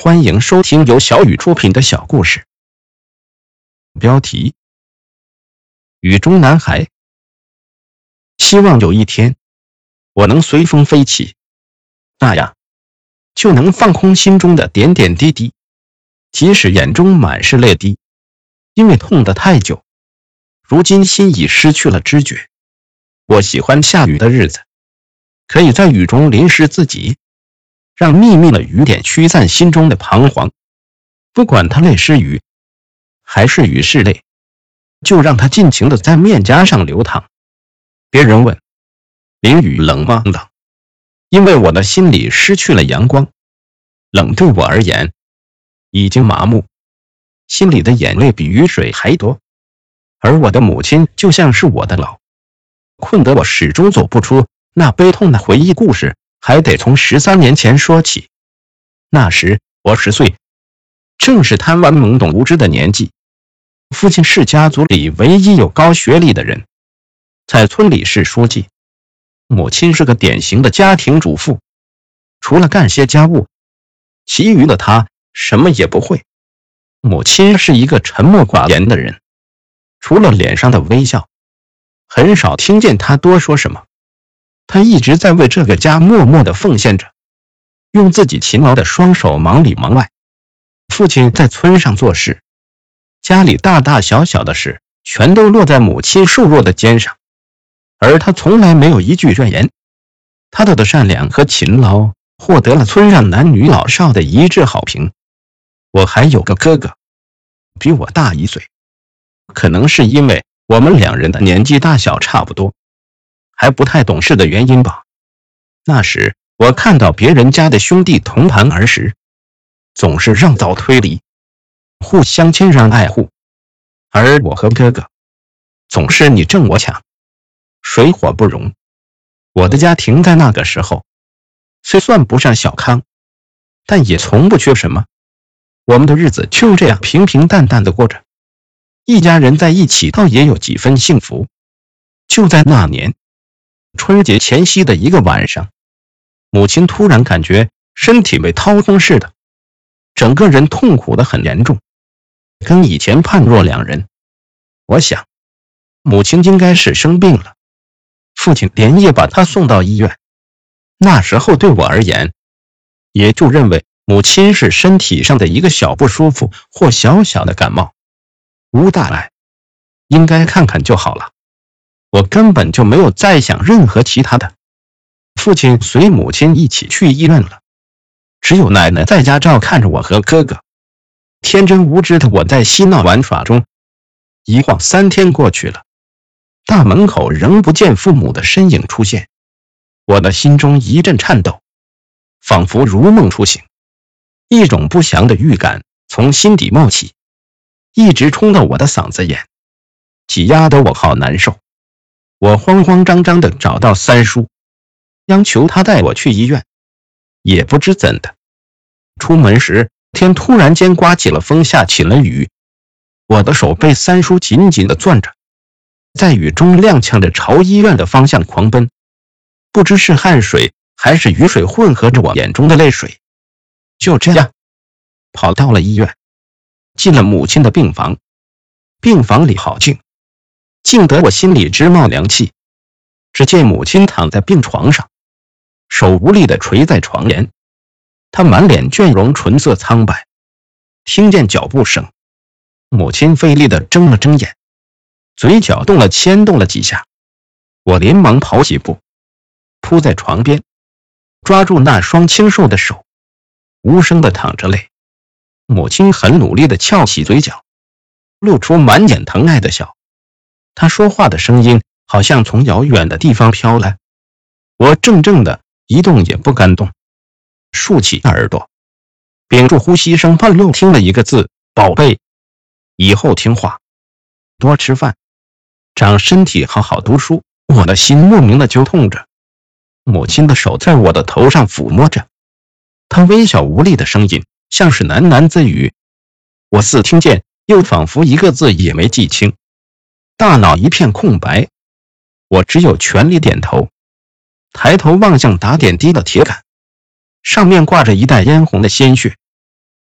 欢迎收听由小雨出品的小故事。标题：雨中男孩。希望有一天，我能随风飞起，那样就能放空心中的点点滴滴，即使眼中满是泪滴，因为痛得太久，如今心已失去了知觉。我喜欢下雨的日子，可以在雨中淋湿自己，让密密的雨点驱散心中的彷徨。不管它泪是雨，还是雨是泪，就让它尽情地在面颊上流淌。别人问，淋雨冷吗？冷，因为我的心里失去了阳光。冷对我而言，已经麻木，心里的眼泪比雨水还多。而我的母亲就像是我的牢，困得我始终走不出。那悲痛的回忆故事还得从13年前说起。那时我10岁，正是贪玩懵懂无知的年纪。父亲是家族里唯一有高学历的人，在村里是书记。母亲是个典型的家庭主妇，除了干些家务，其余的她什么也不会。母亲是一个沉默寡言的人，除了脸上的微笑，很少听见她多说什么。她一直在为这个家默默地奉献着，用自己勤劳的双手忙里忙外。父亲在村上做事，家里大大小小的事全都落在母亲瘦弱的肩上，而他从来没有一句怨言。他的善良和勤劳获得了村上男女老少的一致好评。我还有个哥哥，比我大1岁，可能是因为我们2人的年纪大小差不多，还不太懂事的原因吧。那时我看到别人家的兄弟同盘儿时，总是让道推离，互相谦让爱护，而我和哥哥总是你争我抢，水火不容。我的家庭在那个时候虽算不上小康，但也从不缺什么。我们的日子就这样平平淡淡的过着，一家人在一起倒也有几分幸福。就在那年春节前夕的一个晚上，母亲突然感觉身体被掏空似的，整个人痛苦得很严重，跟以前判若两人。我想母亲应该是生病了，父亲连夜把她送到医院。那时候对我而言，也就认为母亲是身体上的一个小不舒服或小小的感冒，无大碍，应该看看就好了。我根本就没有再想任何其他的。父亲随母亲一起去医院了，只有奶奶在家照看着我和哥哥。天真无知的我在嬉闹玩耍中，一晃3天过去了，大门口仍不见父母的身影出现。我的心中一阵颤抖，仿佛如梦初醒，一种不祥的预感从心底冒起，一直冲到我的嗓子眼，挤压得我好难受。我慌慌张张地找到三叔，央求他带我去医院。也不知怎的，出门时天突然间刮起了风，下起了雨。我的手被三叔紧紧地攥着，在雨中踉跄着朝医院的方向狂奔。不知是汗水还是雨水混合着我眼中的泪水，就这样跑到了医院，进了母亲的病房。病房里好静，静得我心里直冒凉气。只见母亲躺在病床上，手无力地垂在床沿，她满脸倦容，唇色苍白。听见脚步声，母亲费力地睁了睁眼，嘴角牵动了几下。我连忙跑几步，扑在床边，抓住那双清瘦的手，无声地淌着泪。母亲很努力地翘起嘴角，露出满眼疼爱的笑。她说话的声音好像从遥远的地方飘来。我怔怔的一动也不敢动，竖起耳朵，屏住呼吸，生怕漏听了一个字：宝贝，以后听话，多吃饭，长身体，好好读书。我的心莫名的就痛着。母亲的手在我的头上抚摸着，她微小无力的声音像是喃喃自语，我似听见，又仿佛一个字也没记清，大脑一片空白。我只有全力点头，抬头望向打点滴的铁杆，上面挂着一袋嫣红的鲜血。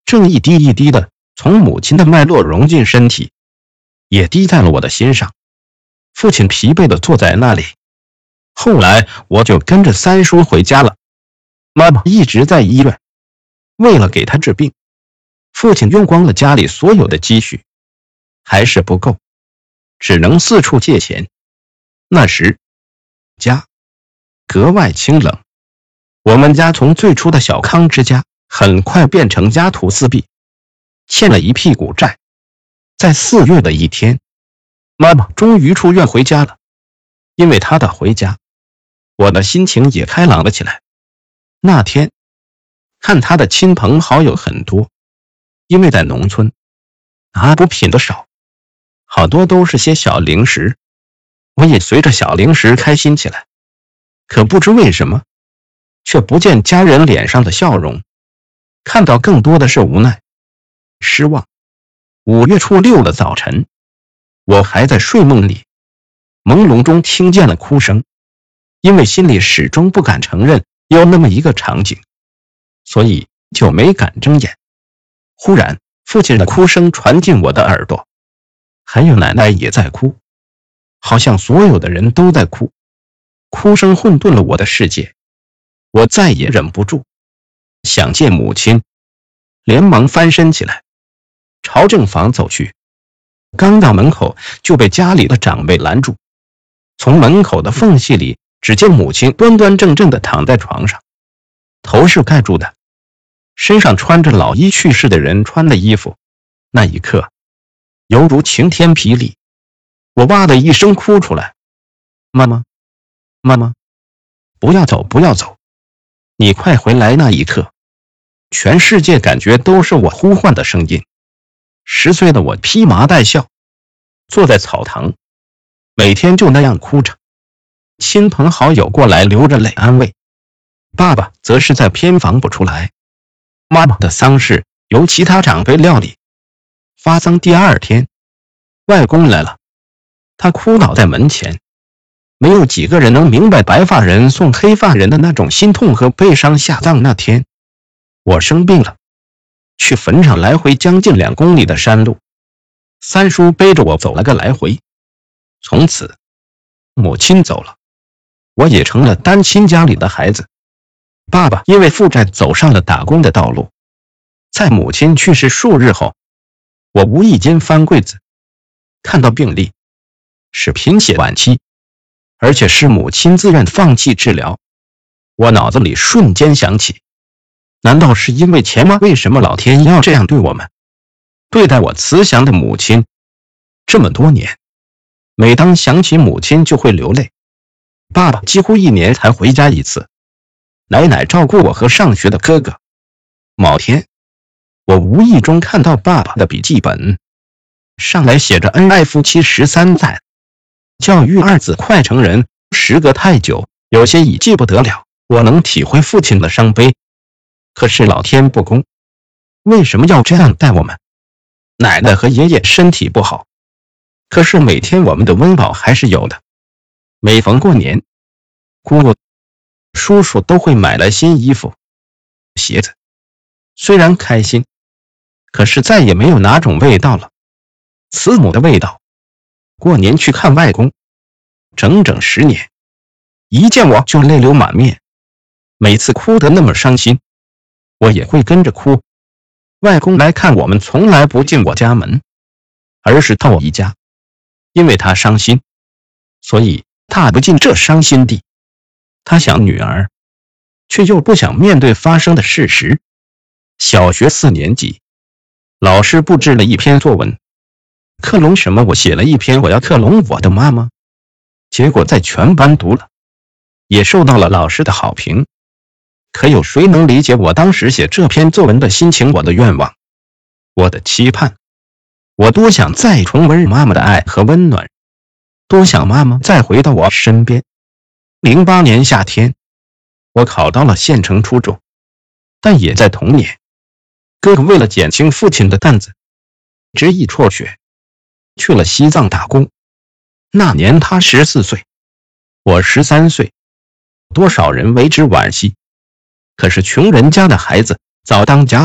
正一滴一滴的从母亲的脉络融进身体，也滴在了我的心上。父亲疲惫地坐在那里。后来我就跟着三叔回家了。妈妈一直在医院，为了给他治病，父亲用光了家里所有的积蓄，还是不够，只能四处借钱。那时家格外清冷，我们家从最初的小康之家很快变成家徒四壁，欠了一屁股债。在4月的一天，妈妈终于出院回家了。因为她的回家，我的心情也开朗了起来。那天看她的亲朋好友很多，因为在农村拿补品的少，好多都是些小零食，我也随着小零食开心起来。可不知为什么，却不见家人脸上的笑容，看到更多的是无奈、失望。5月初6的早晨，我还在睡梦里，朦胧中听见了哭声。因为心里始终不敢承认有那么一个场景，所以就没敢睁眼。忽然，父亲的哭声传进我的耳朵，还有奶奶也在哭，好像所有的人都在哭。哭声混沌了我的世界，我再也忍不住，想见母亲，连忙翻身起来，朝正房走去。刚到门口就被家里的长辈拦住，从门口的缝隙里只见母亲端端正正地躺在床上，头是盖住的，身上穿着老一去世的人穿的衣服。那一刻犹如晴天霹雳，我哇的一声哭出来，妈妈，妈妈，不要走，不要走，你快回来。那一刻，全世界感觉都是我呼唤的声音。10岁的我披麻戴孝，坐在草堂，每天就那样哭着。亲朋好友过来流着泪安慰，爸爸则是在偏房不出来。妈妈的丧事由其他长辈料理。发丧第2天，外公来了，他哭倒在门前。没有几个人能明白白发人送黑发人的那种心痛和悲伤。下葬那天，我生病了，去坟场来回将近2公里的山路，三叔背着我走了个来回。从此，母亲走了，我也成了单亲家里的孩子。爸爸因为负债走上了打工的道路。在母亲去世数日后，我无意间翻柜子，看到病历是贫血晚期，而且是母亲自愿放弃治疗。我脑子里瞬间想起，难道是因为钱吗？为什么老天要这样对我们，对待我慈祥的母亲？这么多年，每当想起母亲就会流泪。爸爸几乎1年才回家一次，奶奶照顾我和上学的哥哥。某天，我无意中看到爸爸的笔记本，上来写着恩爱夫妻13载，教育2子快成人。时隔太久，有些已记不得了。我能体会父亲的伤悲，可是老天不公，为什么要这样待我们？奶奶和爷爷身体不好，可是每天我们的温饱还是有的。每逢过年，姑姑、叔叔都会买来新衣服、鞋子。虽然开心，可是再也没有哪种味道了，慈母的味道。过年去看外公，整整10年，一见我就泪流满面，每次哭得那么伤心，我也会跟着哭。外公来看我们从来不进我家门，而是到我姨家，因为他伤心，所以踏不进这伤心地。他想女儿，却又不想面对发生的事实。小学4年级，老师布置了一篇作文，克隆什么？我写了一篇我要克隆我的妈妈，结果在全班读了，也受到了老师的好评。可有谁能理解我当时写这篇作文的心情？我的愿望，我的期盼，我多想再重温妈妈的爱和温暖，多想妈妈再回到我身边。08年夏天，我考到了县城初中，但也在同年，哥哥为了减轻父亲的担子，执意辍学，去了西藏打工。那年他14岁，我13岁，多少人为之惋惜。可是穷人家的孩子早当家啊！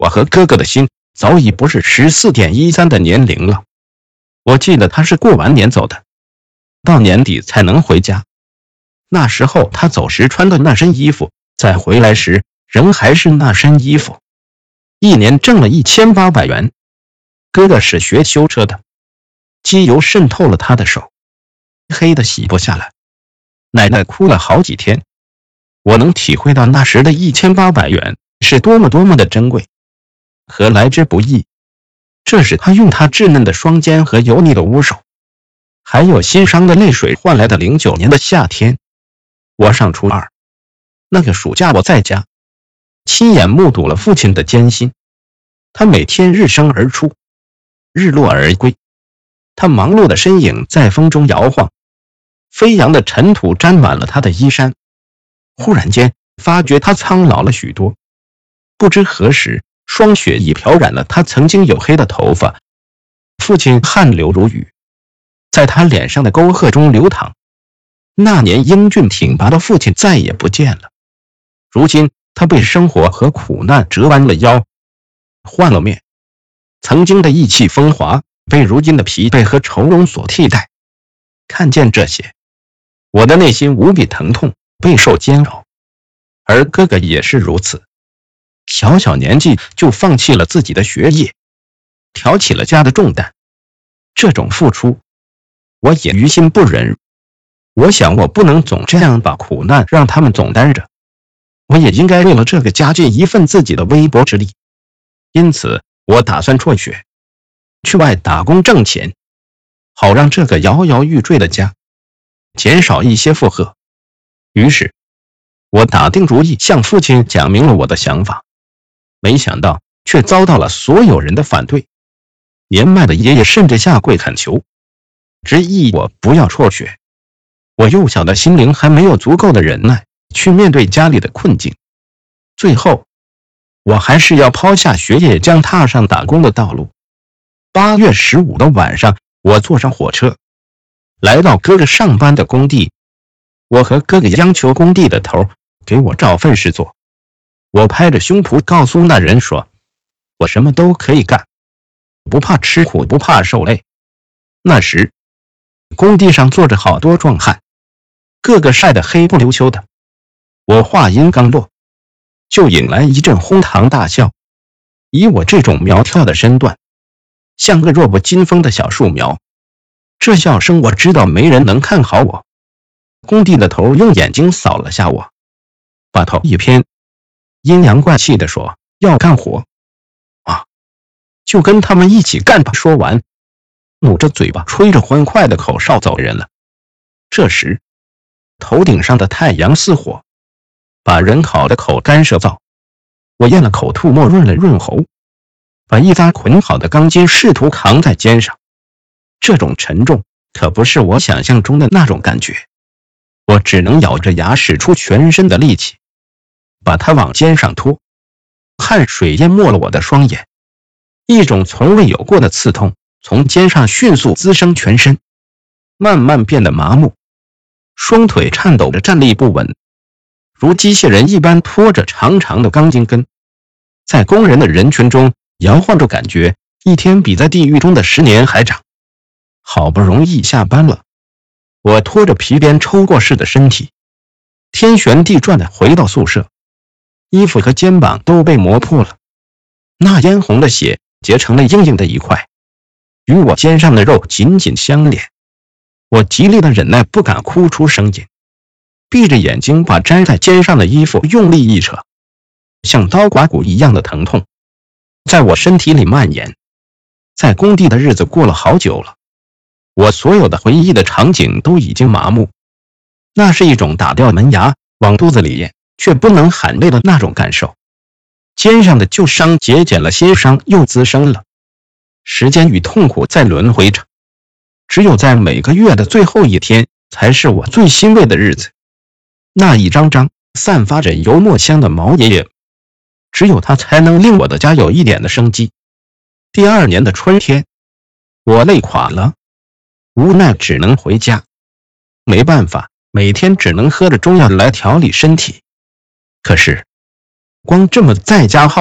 我和哥哥的心早已不是14.13的年龄了。我记得他是过完年走的，到年底才能回家。那时候他走时穿的那身衣服，再回来时仍还是那身衣服。一年挣了1800元。哥哥是学修车的，机油渗透了他的手，黑的洗不下来。奶奶哭了好几天。我能体会到那时的1800元是多么的珍贵和来之不易。这是他用他稚嫩的双肩和油腻的污手，还有心伤的泪水换来的09年的夏天。我上初2，那个暑假我在家，亲眼目睹了父亲的艰辛。他每天日升而出，日落而归，他忙碌的身影在风中摇晃，飞扬的尘土沾满了他的衣衫。忽然间发觉他苍老了许多，不知何时霜雪已漂染了他曾经黝黑的头发。父亲汗流如雨，在他脸上的沟壑中流淌。那年英俊挺拔的父亲再也不见了。如今他被生活和苦难折弯了腰，换了面。曾经的意气风华被如今的疲惫和愁容所替代。看见这些，我的内心无比疼痛，备受煎熬。而哥哥也是如此，小年纪就放弃了自己的学业，挑起了家的重担。这种付出，我也于心不忍。我想我不能总这样把苦难让他们总担着，我也应该为了这个家尽一份自己的微薄之力。因此我打算辍学，去外打工挣钱，好让这个摇摇欲坠的家减少一些负荷。于是我打定主意向父亲讲明了我的想法，没想到却遭到了所有人的反对。年迈的爷爷甚至下跪恳求，执意我不要辍学。我幼小的心灵还没有足够的忍耐去面对家里的困境。最后我还是要抛下学业，将踏上打工的道路。8月15的晚上，我坐上火车，来到哥哥上班的工地。我和哥哥央求工地的头给我找份事做。我拍着胸脯告诉那人说，我什么都可以干，不怕吃苦，不怕受累。那时工地上坐着好多壮汉，个个晒得黑不溜秋的。我话音刚落，就引来一阵哄堂大笑。以我这种苗条的身段，像个弱不禁风的小树苗。这笑声我知道没人能看好我。工地的头用眼睛扫了下我，把头一偏，阴阳怪气地说，要干活啊，就跟他们一起干吧。说完捂着嘴巴吹着欢快的口哨走人了。这时头顶上的太阳似火，把人烤得口干舌燥。我咽了口吐沫，润了润喉，把一扎捆好的钢筋试图扛在肩上。这种沉重可不是我想象中的那种感觉。我只能咬着牙使出全身的力气，把它往肩上拖。汗水淹没了我的双眼，一种从未有过的刺痛从肩上迅速滋生全身，慢慢变得麻木。双腿颤抖着站立不稳，如机械人一般拖着长长的钢筋根，在工人的人群中摇晃着，感觉一天比在地狱中的10年还长。好不容易下班了，我拖着皮鞭抽过似的身体，天旋地转地回到宿舍，衣服和肩膀都被磨破了，那嫣红的血结成了硬硬的一块，与我肩上的肉紧紧相连。我极力的忍耐，不敢哭出声音，闭着眼睛把摘在肩上的衣服用力一扯，像刀刮骨一样的疼痛在我身体里蔓延。在工地的日子过了好久了，我所有的回忆的场景都已经麻木。那是一种打掉门牙往肚子里咽却不能喊累的那种感受。肩上的旧伤节俭了，新伤又滋生了，时间与痛苦在轮回着。只有在每个月的最后一天才是我最欣慰的日子。那一张张散发着油墨香的毛爷爷，只有他才能令我的家有一点的生机。第2年的春天，我累垮了，无奈只能回家。没办法，每天只能喝着中药来调理身体。可是光这么在家耗着，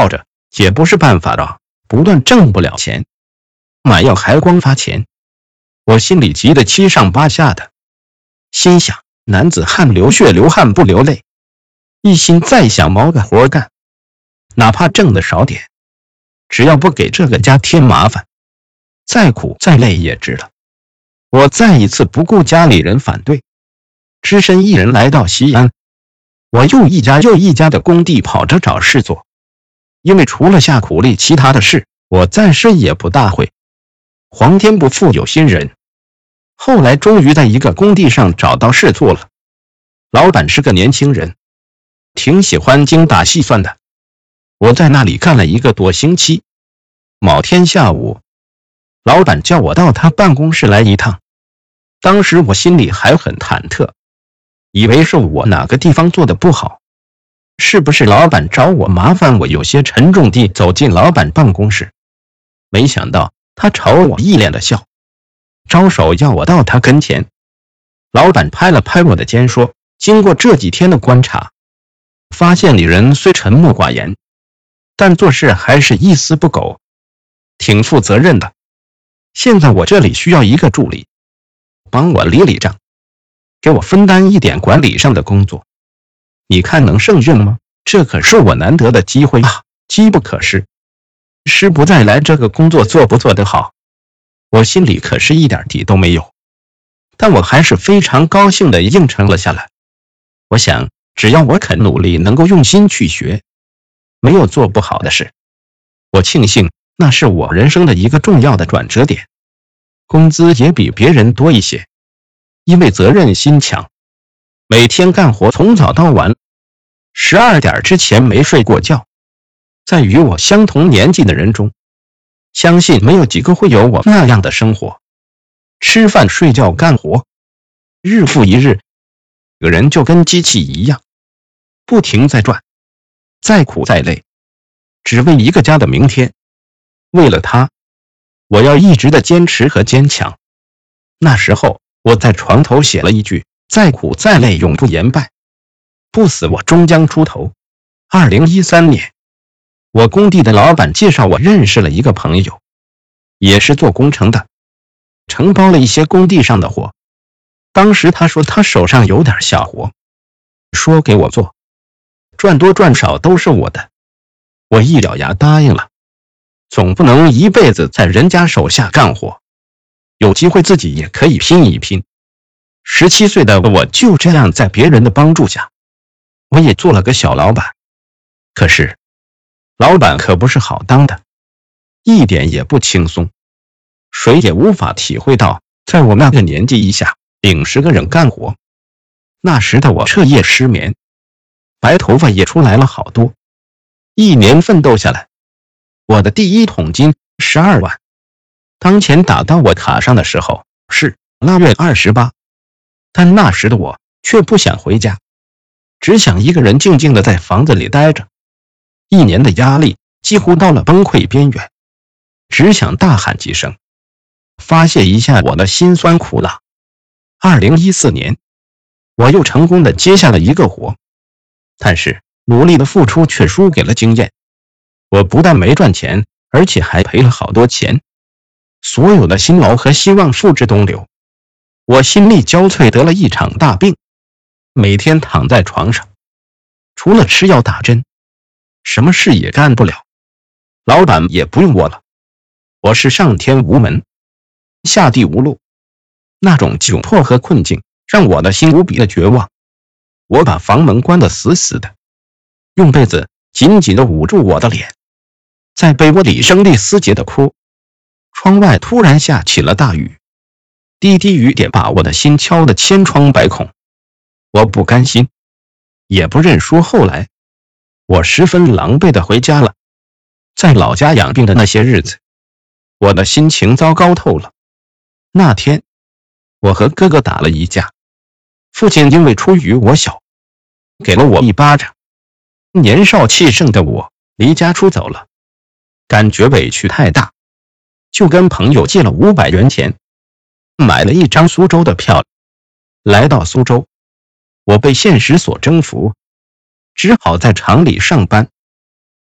也不是办法了，不但挣不了钱，买药还光发钱。我心里急得七上八下的，心想男子汉流血流汗不流泪，一心再想谋个活干，哪怕挣得少点，只要不给这个家添麻烦，再苦再累也值了。我再一次不顾家里人反对，只身一人来到西安。我又一家又一家的工地跑着找事做，因为除了下苦力，其他的事我暂时也不大会。皇天不负有心人，后来终于在一个工地上找到事做了。老板是个年轻人，挺喜欢精打细算的。我在那里干了1个多星期。某天下午，老板叫我到他办公室来一趟。当时我心里还很忐忑，以为是我哪个地方做的不好，是不是老板找我麻烦。我有些沉重地走进老板办公室，没想到他朝我一脸的笑，招手要我到他跟前。老板拍了拍我的肩说，经过这几天的观察，发现你人虽沉默寡言，但做事还是一丝不苟，挺负责任的。现在我这里需要一个助理，帮我理账，给我分担一点管理上的工作，你看能胜任吗？这可是我难得的机会啊，机不可失，失不再来。这个工作做不做得好，我心里可是一点底都没有，但我还是非常高兴地应承了下来。我想只要我肯努力，能够用心去学，没有做不好的事。我庆幸那是我人生的一个重要的转折点，工资也比别人多一些，因为责任心强，每天干活从早到晚，12点之前没睡过觉。在与我相同年纪的人中，相信没有几个会有我那样的生活，吃饭睡觉干活，日复一日，有人就跟机器一样，不停在转，再苦再累，只为一个家的明天。为了他，我要一直的坚持和坚强。那时候我在床头写了一句，再苦再累永不言败，不死我终将出头。2013年，我工地的老板介绍我认识了一个朋友，也是做工程的，承包了一些工地上的活。当时他说他手上有点小活，说给我做，赚多赚少都是我的。我一咬牙答应了，总不能一辈子在人家手下干活，有机会自己也可以拼一拼。17岁的我就这样在别人的帮助下，我也做了个小老板。可是老板可不是好当的，一点也不轻松。谁也无法体会到，在我那个年纪以下领10个人干活，那时的我彻夜失眠，白头发也出来了好多。1年奋斗下来，我的第一桶金12万，当钱打到我卡上的时候是2月28，但那时的我却不想回家，只想一个人静静地在房子里待着。1年的压力几乎到了崩溃边缘，只想大喊几声，发泄一下我的辛酸苦辣。2014年，我又成功地接下了一个活，但是努力的付出却输给了经验。我不但没赚钱，而且还赔了好多钱，所有的辛劳和希望付之东流。我心力交瘁，得了一场大病，每天躺在床上，除了吃药打针，什么事也干不了。老板也不用我了，我是上天无门，下地无路。那种窘迫和困境让我的心无比的绝望。我把房门关得死死的，用被子紧紧地捂住我的脸，在被窝里声泪嘶竭地哭。窗外突然下起了大雨，滴滴雨点把我的心敲得千疮百孔。我不甘心，也不认输。后来我十分狼狈地回家了。在老家养病的那些日子，我的心情糟糕透了。那天我和哥哥打了一架，父亲因为出于我小，给了我一巴掌。年少气盛的我离家出走了，感觉委屈太大，就跟朋友借了500元钱，买了一张苏州的票。来到苏州，我被现实所征服，只好在厂里上班。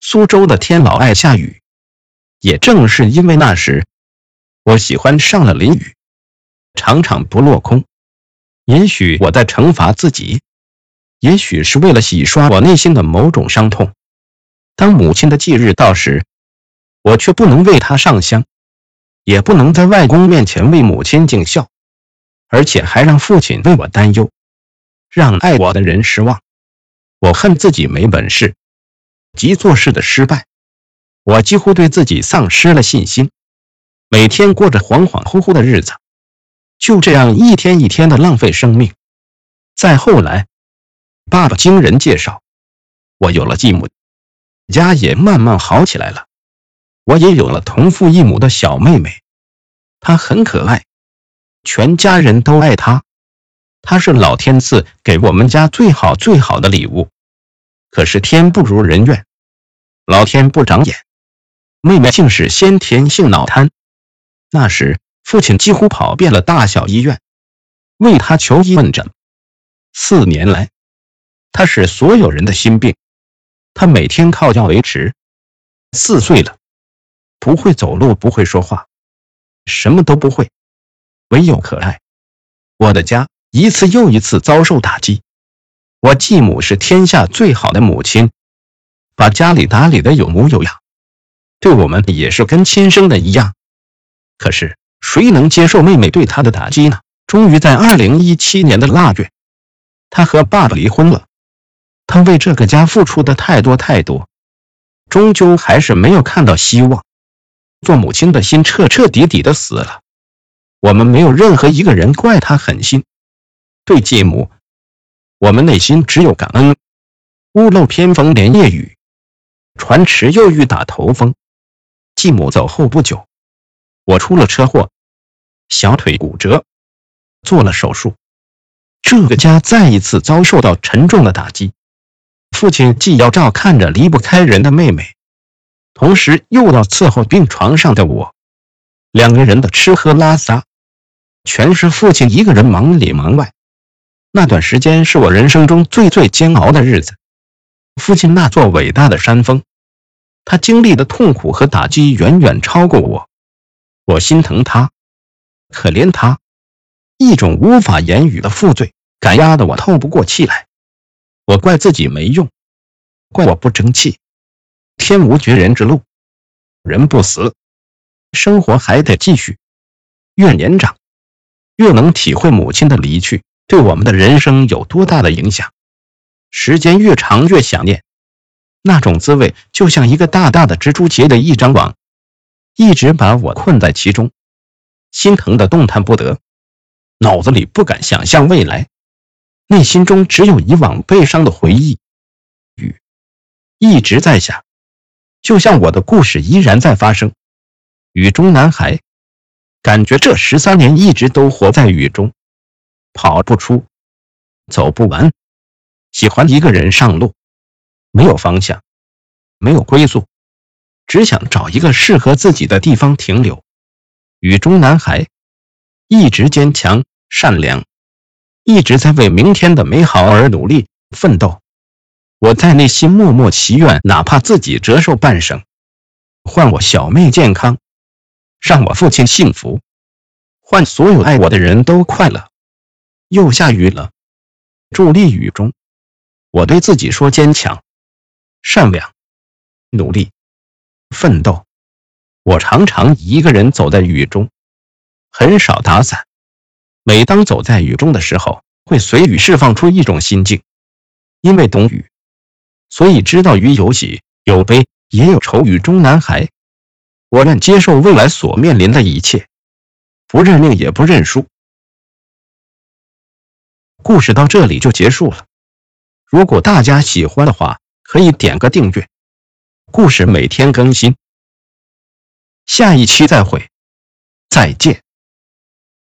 苏州的天老爱下雨，也正是因为那时我喜欢上了淋雨，常常不落空。也许我在惩罚自己，也许是为了洗刷我内心的某种伤痛。当母亲的忌日到时，我却不能为她上香，也不能在外公面前为母亲尽孝，而且还让父亲为我担忧，让爱我的人失望。我恨自己没本事，及做事的失败，我几乎对自己丧失了信心，每天过着恍恍惚惚的日子，就这样一天一天的浪费生命。再后来，爸爸经人介绍，我有了继母，家也慢慢好起来了。我也有了同父异母的小妹妹，她很可爱，全家人都爱她。她是老天赐给我们家最好的礼物。可是天不如人愿，老天不长眼，妹妹竟是先天性脑瘫。那时父亲几乎跑遍了大小医院，为她求医问诊。4年来，她是所有人的心病。她每天靠药维持。4岁了，不会走路，不会说话，什么都不会，唯有可爱。我的家一次又一次遭受打击。我继母是天下最好的母亲，把家里打理得有模有样，对我们也是跟亲生的一样。可是谁能接受妹妹对她的打击呢？终于在2017年的腊月，她和爸爸离婚了。她为这个家付出的太多，终究还是没有看到希望。做母亲的心彻底的死了。我们没有任何一个人怪她狠心。对继母，我们内心只有感恩。屋漏偏逢连夜雨，船迟又遇打头风。继母走后不久，我出了车祸，小腿骨折，做了手术。这个家再一次遭受到沉重的打击。父亲既要照看着离不开人的妹妹，同时又要伺候病床上的我。2个人的吃喝拉撒，全是父亲一个人忙里忙外。那段时间是我人生中最煎熬的日子。父亲那座伟大的山峰，他经历的痛苦和打击远远超过我。我心疼他，可怜他，一种无法言语的负罪感压得我透不过气来。我怪自己没用，怪我不争气。天无绝人之路，人不死，生活还得继续。越年长，越能体会母亲的离去对我们的人生有多大的影响。时间越长越想念，那种滋味就像一个大的蜘蛛结的一张网，一直把我困在其中，心疼的动弹不得，脑子里不敢想象未来，内心中只有以往悲伤的回忆。雨一直在下，就像我的故事依然在发生。雨中男孩，感觉这13年一直都活在雨中，跑不出，走不完，喜欢一个人上路，没有方向，没有归宿，只想找一个适合自己的地方停留。雨中男孩一直坚强善良，一直在为明天的美好而努力奋斗。我在内心默默祈愿，哪怕自己折寿半生，换我小妹健康，让我父亲幸福，换所有爱我的人都快乐。又下雨了，伫立雨中，我对自己说：坚强、善良、努力、奋斗。我常常一个人走在雨中，很少打伞。每当走在雨中的时候，会随雨释放出一种心境。因为懂雨，所以知道雨有喜有悲也有愁。雨中男孩，我愿接受未来所面临的一切，不认命也不认输。故事到这里就结束了。如果大家喜欢的话，可以点个订阅。故事每天更新，下一期再会，再见。